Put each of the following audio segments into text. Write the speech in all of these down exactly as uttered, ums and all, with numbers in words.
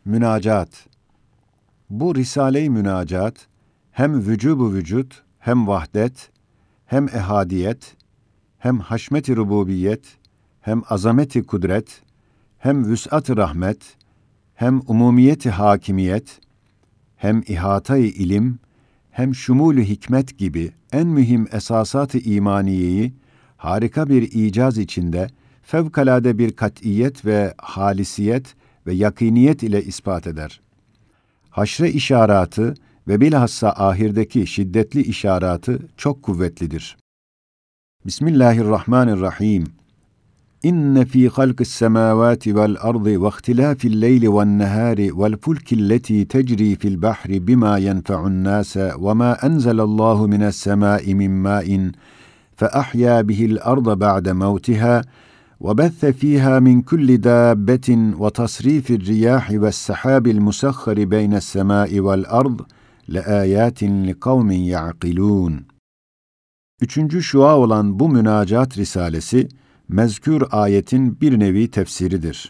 Münacat. Bu Risale-i Münacat, hem vücubu vücut, hem vahdet, hem ehadiyet, hem haşmet-i rububiyet, hem azameti kudret, hem vüs'at-ı rahmet, hem umumiyet-i hakimiyet, hem ihata-i ilim, hem şumul-ü hikmet gibi en mühim esasat-ı imaniyeyi harika bir icaz içinde fevkalade bir kat'iyet ve halisiyet ve yakiniyet ile ispat eder. Haşre işaratı ve bilhassa ahirdeki şiddetli işaratı çok kuvvetlidir. Bismillahirrahmanirrahim. İnne fî halqis semâvâti vel ardı ve ihtilâfil leyli ven nehâri vel fulkilleti tecrî fil bahri bimâ yenfe'un nâse ve mâ enzelallâhu mines semâi min mâin fe ahyâ bihil arda ba'de mevtihâ وَبَثَّ ف۪يهَا مِنْ كُلِّ دَابَّةٍ وَتَصْرِيفِ الرِّيَاحِ وَالسَّحَابِ الْمُسَخَّرِ بَيْنَ السَّمَاءِ وَالْأَرْضِ لَآيَاتٍ لِقَوْمٍ يَعْقِلُونَ. Üçüncü şua olan bu münacat risalesi, mezkür ayetin bir nevi tefsiridir.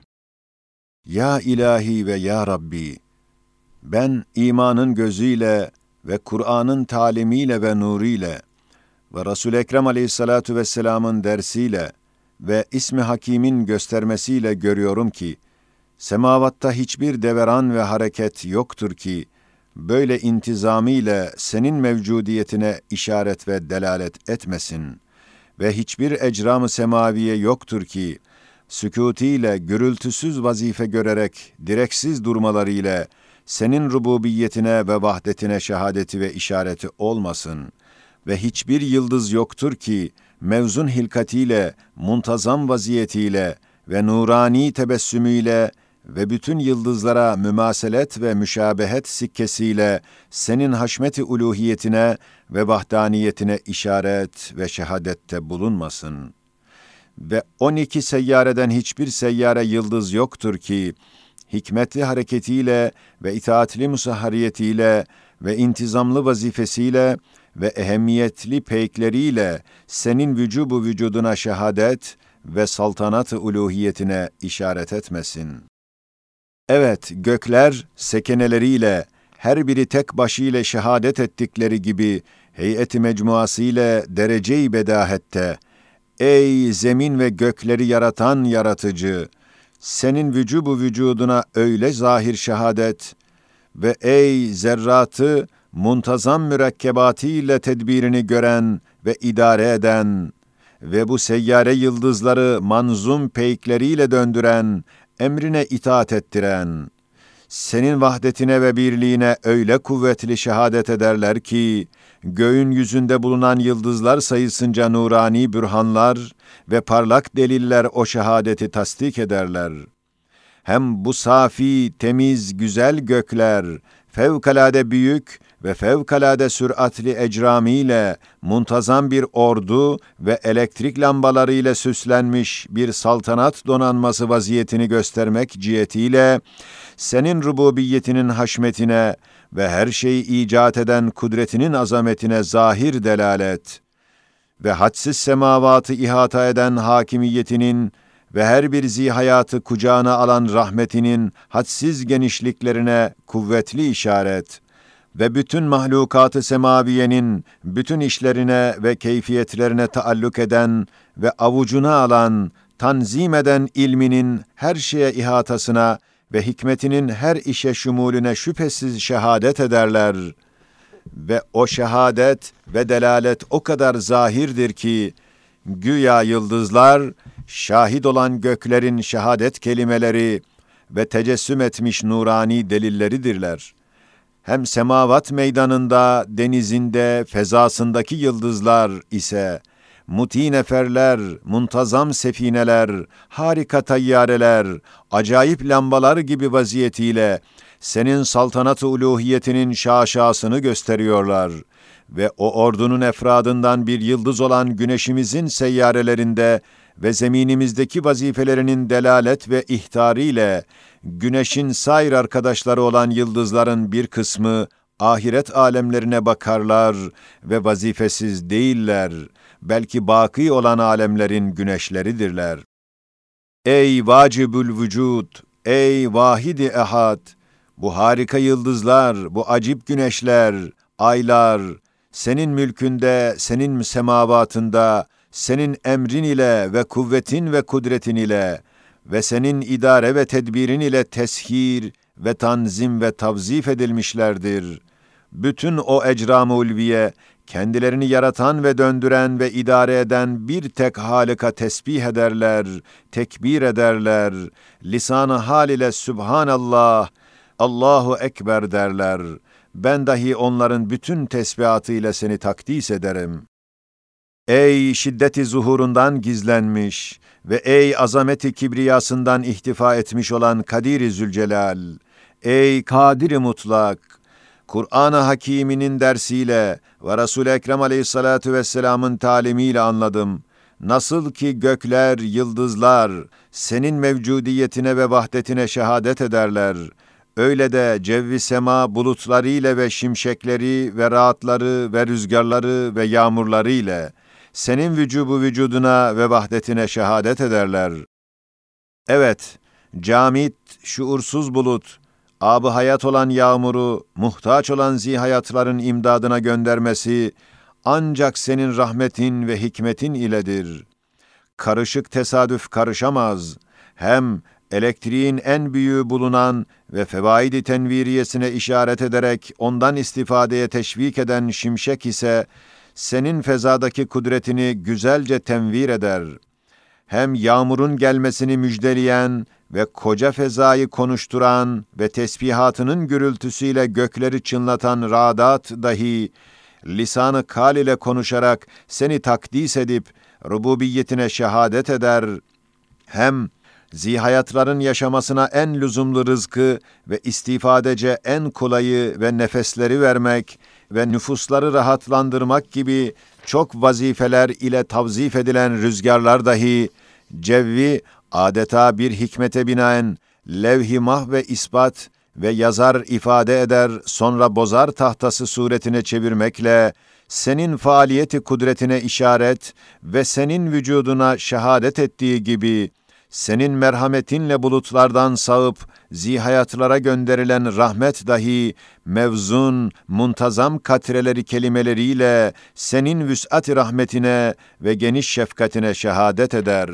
Ya ilahi ve ya Rabbi, ben imanın gözüyle ve Kur'an'ın talimiyle ve nuriyle ve Resul-i Ekrem aleyhissalatu vesselamın dersiyle ve İsmi Hakîm'in göstermesiyle görüyorum ki, semavatta hiçbir deveran ve hareket yoktur ki, böyle intizamiyle senin mevcudiyetine işaret ve delalet etmesin ve hiçbir ecram-ı semaviye yoktur ki, sükûtiyle, gürültüsüz vazife görerek, direksiz durmalarıyla, senin rububiyetine ve vahdetine şehadeti ve işareti olmasın ve hiçbir yıldız yoktur ki, mevzun hilkatiyle, muntazam vaziyetiyle ve nurani tebessümüyle ve bütün yıldızlara mümaselet ve müşabehet sikkesiyle senin haşmet-i uluhiyetine ve vahdaniyetine işaret ve şehadette bulunmasın. Ve on iki seyyareden hiçbir seyyare yıldız yoktur ki, hikmetli hareketiyle ve itaatli musahhariyetiyle ve intizamlı vazifesiyle ve ehemmiyetli peykleriyle senin vücubu vücuduna şehadet ve saltanat-ı uluhiyetine işaret etmesin. Evet, gökler sekeneleriyle, her biri tek başıyla şehadet ettikleri gibi, heyet-i mecmuası ile derece-i bedahette, ey zemin ve gökleri yaratan yaratıcı, senin vücubu vücuduna öyle zahir şehadet ve ey zerratı, muntazam mürekkebatiyle tedbirini gören ve idare eden ve bu seyyare yıldızları manzum peykleriyle döndüren, emrine itaat ettiren, senin vahdetine ve birliğine öyle kuvvetli şehadet ederler ki, göğün yüzünde bulunan yıldızlar sayısınca nurani bürhanlar ve parlak deliller o şehadeti tasdik ederler. Hem bu safi, temiz, güzel gökler, fevkalade büyük ve fevkalade süratli ecramiyle muntazam bir ordu ve elektrik lambalarıyla süslenmiş bir saltanat donanması vaziyetini göstermek cihetiyle, senin rububiyetinin haşmetine ve her şeyi icat eden kudretinin azametine zahir delalet ve hadsiz semavatı ihata eden hakimiyetinin ve her bir zihayatı kucağına alan rahmetinin hadsiz genişliklerine kuvvetli işaret ve bütün mahlukatı semaviyenin bütün işlerine ve keyfiyetlerine taalluk eden ve avucuna alan, tanzim eden ilminin her şeye ihatasına ve hikmetinin her işe şumulüne şüphesiz şehadet ederler. Ve o şehadet ve delalet o kadar zahirdir ki, güya yıldızlar, şahit olan göklerin şehadet kelimeleri ve tecessüm etmiş nurani delilleridirler. Hem semavat meydanında, denizinde, fezasındaki yıldızlar ise, muti neferler, muntazam sefineler, harika tayyareler, acayip lambalar gibi vaziyetiyle, senin saltanat-ı uluhiyetinin şaşasını gösteriyorlar ve o ordunun efradından bir yıldız olan güneşimizin seyyarelerinde ve zeminimizdeki vazifelerinin delalet ve ihtariyle, güneşin sair arkadaşları olan yıldızların bir kısmı ahiret alemlerine bakarlar ve vazifesiz değiller, belki baki olan alemlerin güneşleridirler. Ey vacibül vücud, ey vahidi ehad, Bu harika yıldızlar, bu acip güneşler, aylar, senin mülkünde, senin semavatında, senin emrin ile ve kuvvetin ve kudretin ile ve senin idare ve tedbirin ile teshir ve tanzim ve tavzif edilmişlerdir. Bütün o ecram-ı ulviye, kendilerini yaratan ve döndüren ve idare eden bir tek Halık'a tesbih ederler, tekbir ederler, lisan-ı hal ile Sübhanallah, Allahu Ekber derler. Ben dahi onların bütün tesbihatıyla seni takdis ederim. Ey şiddeti zuhurundan gizlenmiş ve ey azameti kibriyasından ihtifa etmiş olan Kadir-i Zülcelal, ey Kadir-i Mutlak, Kur'an-ı Hakîm'inin dersiyle ve Resul-i Ekrem Aleyhissalâtu vesselam'ın talimiyle anladım. Nasıl ki gökler, yıldızlar senin mevcudiyetine ve vahdetine şehadet ederler, öyle de cevvi sema bulutlarıyla ve şimşekleri ve rahatları ve rüzgarları ve yağmurları ile senin vücubu vücuduna ve vahdetine şehadet ederler. Evet, camit, şuursuz bulut, ab-ı hayat olan yağmuru, muhtaç olan zihayatların imdadına göndermesi, ancak senin rahmetin ve hikmetin iledir. Karışık tesadüf karışamaz. Hem elektriğin en büyüğü bulunan ve fevaid-i tenviriyesine işaret ederek ondan istifadeye teşvik eden şimşek ise, senin fezadaki kudretini güzelce tenvir eder. Hem yağmurun gelmesini müjdeleyen ve koca fezayı konuşturan ve tesbihatının gürültüsüyle gökleri çınlatan ra'dat dahi, lisan-ı kal ile konuşarak seni takdis edip, rububiyetine şehadet eder. Hem zihayatların yaşamasına en lüzumlu rızkı ve istifadece en kolayı ve nefesleri vermek ve nüfusları rahatlandırmak gibi çok vazifeler ile tavzif edilen rüzgarlar dahi, cevvi adeta bir hikmete binaen levh-i mah ve ispat ve yazar ifade eder, sonra bozar tahtası suretine çevirmekle, senin faaliyeti kudretine işaret ve senin vücuduna şehadet ettiği gibi, senin merhametinle bulutlardan sağıp zihayatlara gönderilen rahmet dahi mevzun, muntazam katreleri kelimeleriyle senin vüs'at-i rahmetine ve geniş şefkatine şehadet eder.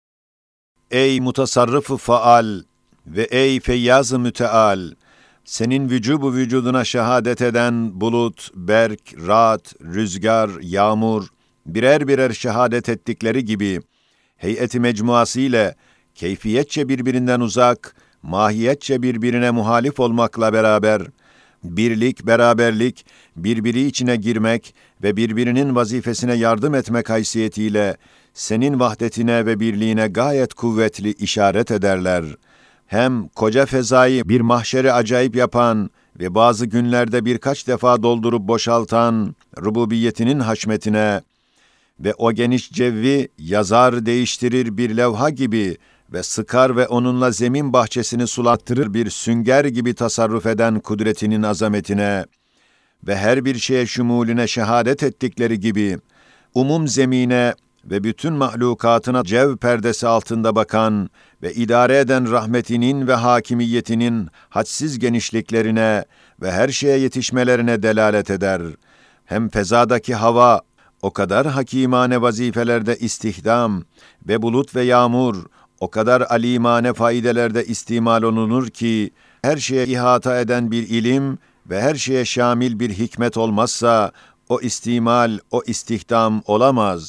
Ey mutasarrıf-ı faal ve ey feyyaz-ı müteal, senin vücubu vücuduna şehadet eden bulut, berk, ra'd, rüzgar, yağmur, birer birer şehadet ettikleri gibi, heyeti mecmuası ile keyfiyetçe birbirinden uzak, mahiyetçe birbirine muhalif olmakla beraber, birlik, beraberlik, birbiri içine girmek ve birbirinin vazifesine yardım etmek haysiyetiyle, senin vahdetine ve birliğine gayet kuvvetli işaret ederler. Hem koca fezayı bir mahşeri acayip yapan ve bazı günlerde birkaç defa doldurup boşaltan rububiyetinin haşmetine ve o geniş cevvi yazar değiştirir bir levha gibi ve sıkar ve onunla zemin bahçesini sulattırır bir sünger gibi tasarruf eden kudretinin azametine ve her bir şeye şumulüne şehadet ettikleri gibi, umum zemine ve bütün mahlukatına cev perdesi altında bakan ve idare eden rahmetinin ve hakimiyetinin hadsiz genişliklerine ve her şeye yetişmelerine delalet eder. Hem fezadaki hava o kadar hakimane vazifelerde istihdam ve bulut ve yağmur o kadar alimane faydelerde istimal olunur ki, her şeye ihata eden bir ilim ve her şeye şamil bir hikmet olmazsa, o istimal, o istihdam olamaz.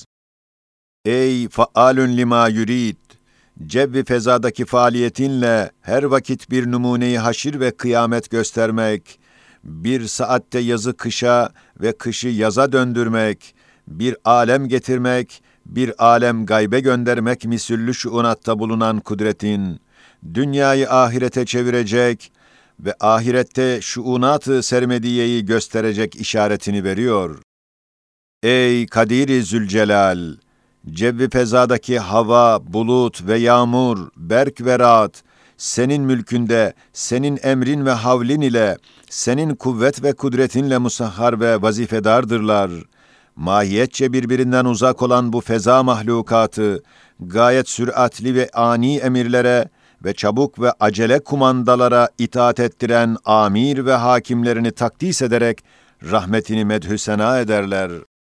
Ey faalün lima yurid, cevvi fezadaki faaliyetinle her vakit bir numuneyi haşir ve kıyamet göstermek, bir saatte yazı kışa ve kışı yaza döndürmek, bir alem getirmek, bir alem gaybe göndermek misüllü şuunatta bulunan kudretin, dünyayı ahirete çevirecek ve ahirette şuunat-ı sermediyeyi gösterecek işaretini veriyor. Ey Kadir-i Zülcelal! Cevvi fezadaki hava, bulut ve yağmur, berk ve ra'd, senin mülkünde, senin emrin ve havlin ile, senin kuvvet ve kudretinle musahhar ve vazifedardırlar. Mahiyetçe birbirinden uzak olan bu feza mahlukatı, gayet süratli ve ani emirlere ve çabuk ve acele kumandalara itaat ettiren amir ve hakimlerini takdis ederek rahmetini medhü sena ederler.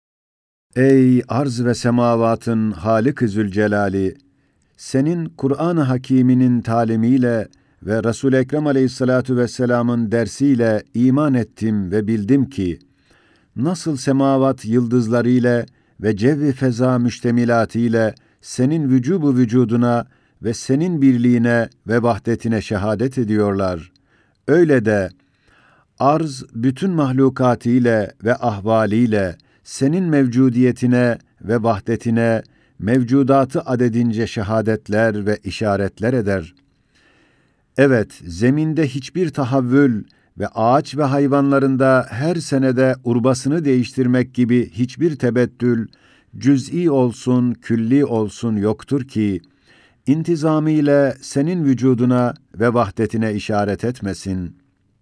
Ey arz ve semavatın Halik-i Zülcelali! Senin Kur'an-ı Hakîm'inin talimiyle ve Resul-i Ekrem Aleyhissalatu vesselam'ın dersiyle iman ettim ve bildim ki, nasıl semavat yıldızlarıyla ve cevvi feza müştemilatiyle senin vücubu vücuduna ve senin birliğine ve vahdetine şehadet ediyorlar. Öyle de arz bütün mahlukatiyle ve ahvaliyle senin mevcudiyetine ve vahdetine mevcudatı adedince şehadetler ve işaretler eder. Evet, zeminde hiçbir tahavvül ve ağaç ve hayvanlarında her senede urbasını değiştirmek gibi hiçbir tebettül, cüz'i olsun, külli olsun yoktur ki, intizamiyle senin vücuduna ve vahdetine işaret etmesin.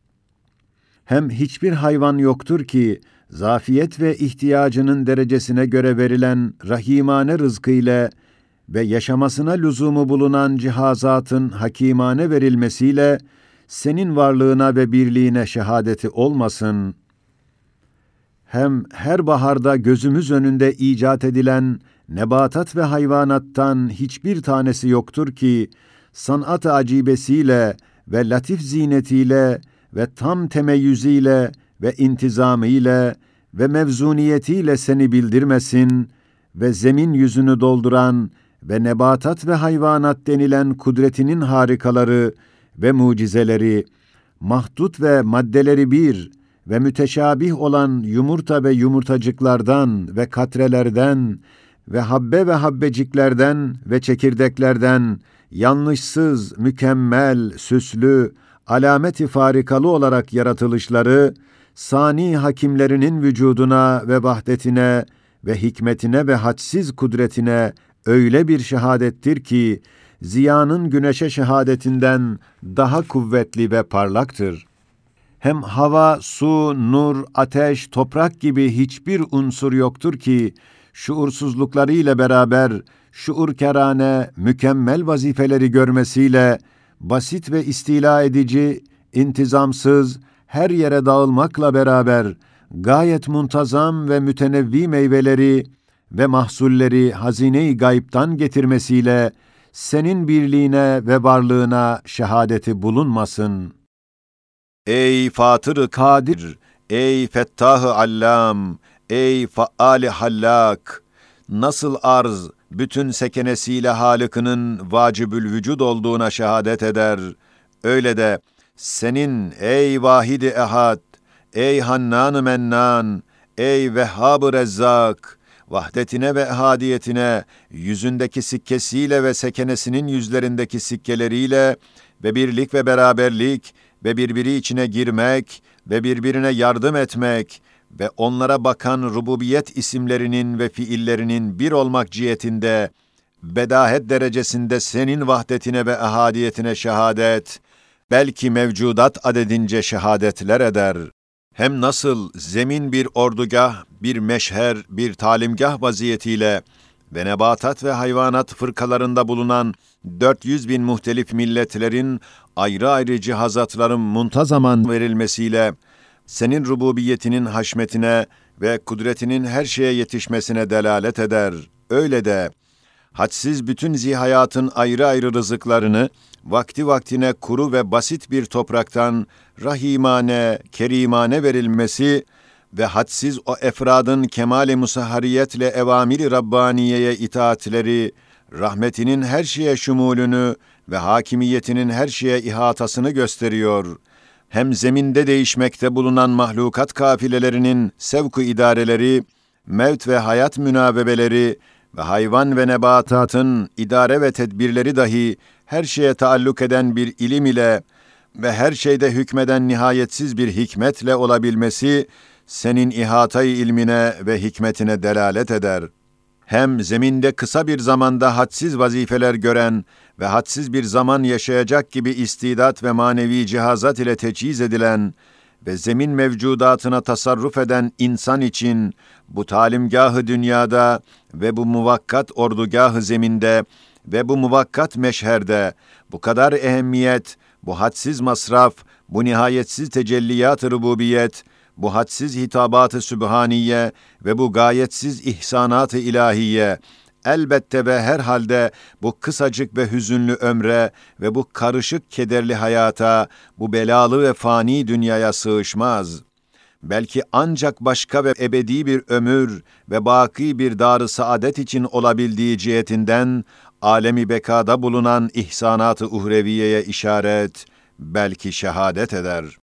Hem hiçbir hayvan yoktur ki, zafiyet ve ihtiyacının derecesine göre verilen rahimane rızkıyla ve yaşamasına lüzumu bulunan cihazatın hakimane verilmesiyle senin varlığına ve birliğine şehadeti olmasın. Hem her baharda gözümüz önünde icat edilen nebatat ve hayvanattan hiçbir tanesi yoktur ki sanat-ı acibesiyle ve latif zinetiyle ve tam temeyyüziyle ve intizamiyle ve mevzuniyetiyle seni bildirmesin ve zemin yüzünü dolduran ve nebatat ve hayvanat denilen kudretinin harikaları ve mucizeleri, mahdut ve maddeleri bir ve müteşabih olan yumurta ve yumurtacıklardan ve katrelerden ve habbe ve habbeciklerden ve çekirdeklerden yanlışsız, mükemmel, süslü, alameti farikalı olarak yaratılışları, sani hakimlerinin vücuduna ve vahdetine ve hikmetine ve hadsiz kudretine öyle bir şehadettir ki, ziyanın güneşe şehadetinden daha kuvvetli ve parlaktır. Hem hava, su, nur, ateş, toprak gibi hiçbir unsur yoktur ki, şuursuzluklarıyla beraber şuurkerane, mükemmel vazifeleri görmesiyle, basit ve istila edici, intizamsız, her yere dağılmakla beraber, gayet muntazam ve mütenevvi meyveleri ve mahsulleri hazine-i gayiptan getirmesiyle, senin birliğine ve varlığına şehadeti bulunmasın. Ey Fatır-ı Kadir, ey Fettah-ı Allam, ey Faal-i Hallak! Nasıl arz, bütün sekenesiyle Halık'ının vacibül vücud olduğuna şehadet eder, öyle de senin ey Vahid-i Ehad, ey Hannan-ı Mennan, ey Vehhab-ı Rezzak, vahdetine ve ehadiyetine, yüzündeki sikkesiyle ve sekenesinin yüzlerindeki sikkeleriyle ve birlik ve beraberlik ve birbiri içine girmek ve birbirine yardım etmek ve onlara bakan rububiyet isimlerinin ve fiillerinin bir olmak cihetinde, bedahet derecesinde senin vahdetine ve ehadiyetine şehadet, belki mevcudat adedince şehadetler eder. Hem nasıl zemin bir ordugah, bir meşher, bir talimgah vaziyetiyle ve nebatat ve hayvanat fırkalarında bulunan dört yüz bin muhtelif milletlerin ayrı ayrı cihazatların muntazaman verilmesiyle, senin rububiyetinin haşmetine ve kudretinin her şeye yetişmesine delalet eder. Öyle de, hadsiz bütün zihayatın ayrı ayrı rızıklarını, vakti vaktine kuru ve basit bir topraktan rahimane, kerimane verilmesi ve hadsiz o efradın kemal-i musahhariyetle evamir-i Rabbaniye'ye itaatleri, rahmetinin her şeye şumulünü ve hakimiyetinin her şeye ihatasını gösteriyor. Hem zeminde değişmekte bulunan mahlukat kafilelerinin sevk-ı idareleri, mevt ve hayat münavebeleri ve hayvan ve nebatatın idare ve tedbirleri dahi her şeye taalluk eden bir ilim ile ve her şeyde hükmeden nihayetsiz bir hikmetle olabilmesi, senin ihatayı ilmine ve hikmetine delalet eder. Hem zeminde kısa bir zamanda hadsiz vazifeler gören ve hadsiz bir zaman yaşayacak gibi istidat ve manevi cihazat ile teçhiz edilen ve zemin mevcudatına tasarruf eden insan için bu talimgâh-ı dünyada ve bu muvakkat ordugâh-ı zeminde ve bu muvakkat meşherde, bu kadar ehemmiyet, bu hadsiz masraf, bu nihayetsiz tecelliyat-ı rububiyet, bu hadsiz hitabat-ı sübhaniye ve bu gayetsiz ihsanat-ı ilahiye, elbette ve herhalde bu kısacık ve hüzünlü ömre ve bu karışık kederli hayata, bu belalı ve fani dünyaya sığışmaz. Belki ancak başka ve ebedi bir ömür ve baki bir dar-ı saadet için olabildiği cihetinden, alemi bekada bulunan ihsanat-ı uhreviyeye işaret, belki şehadet eder.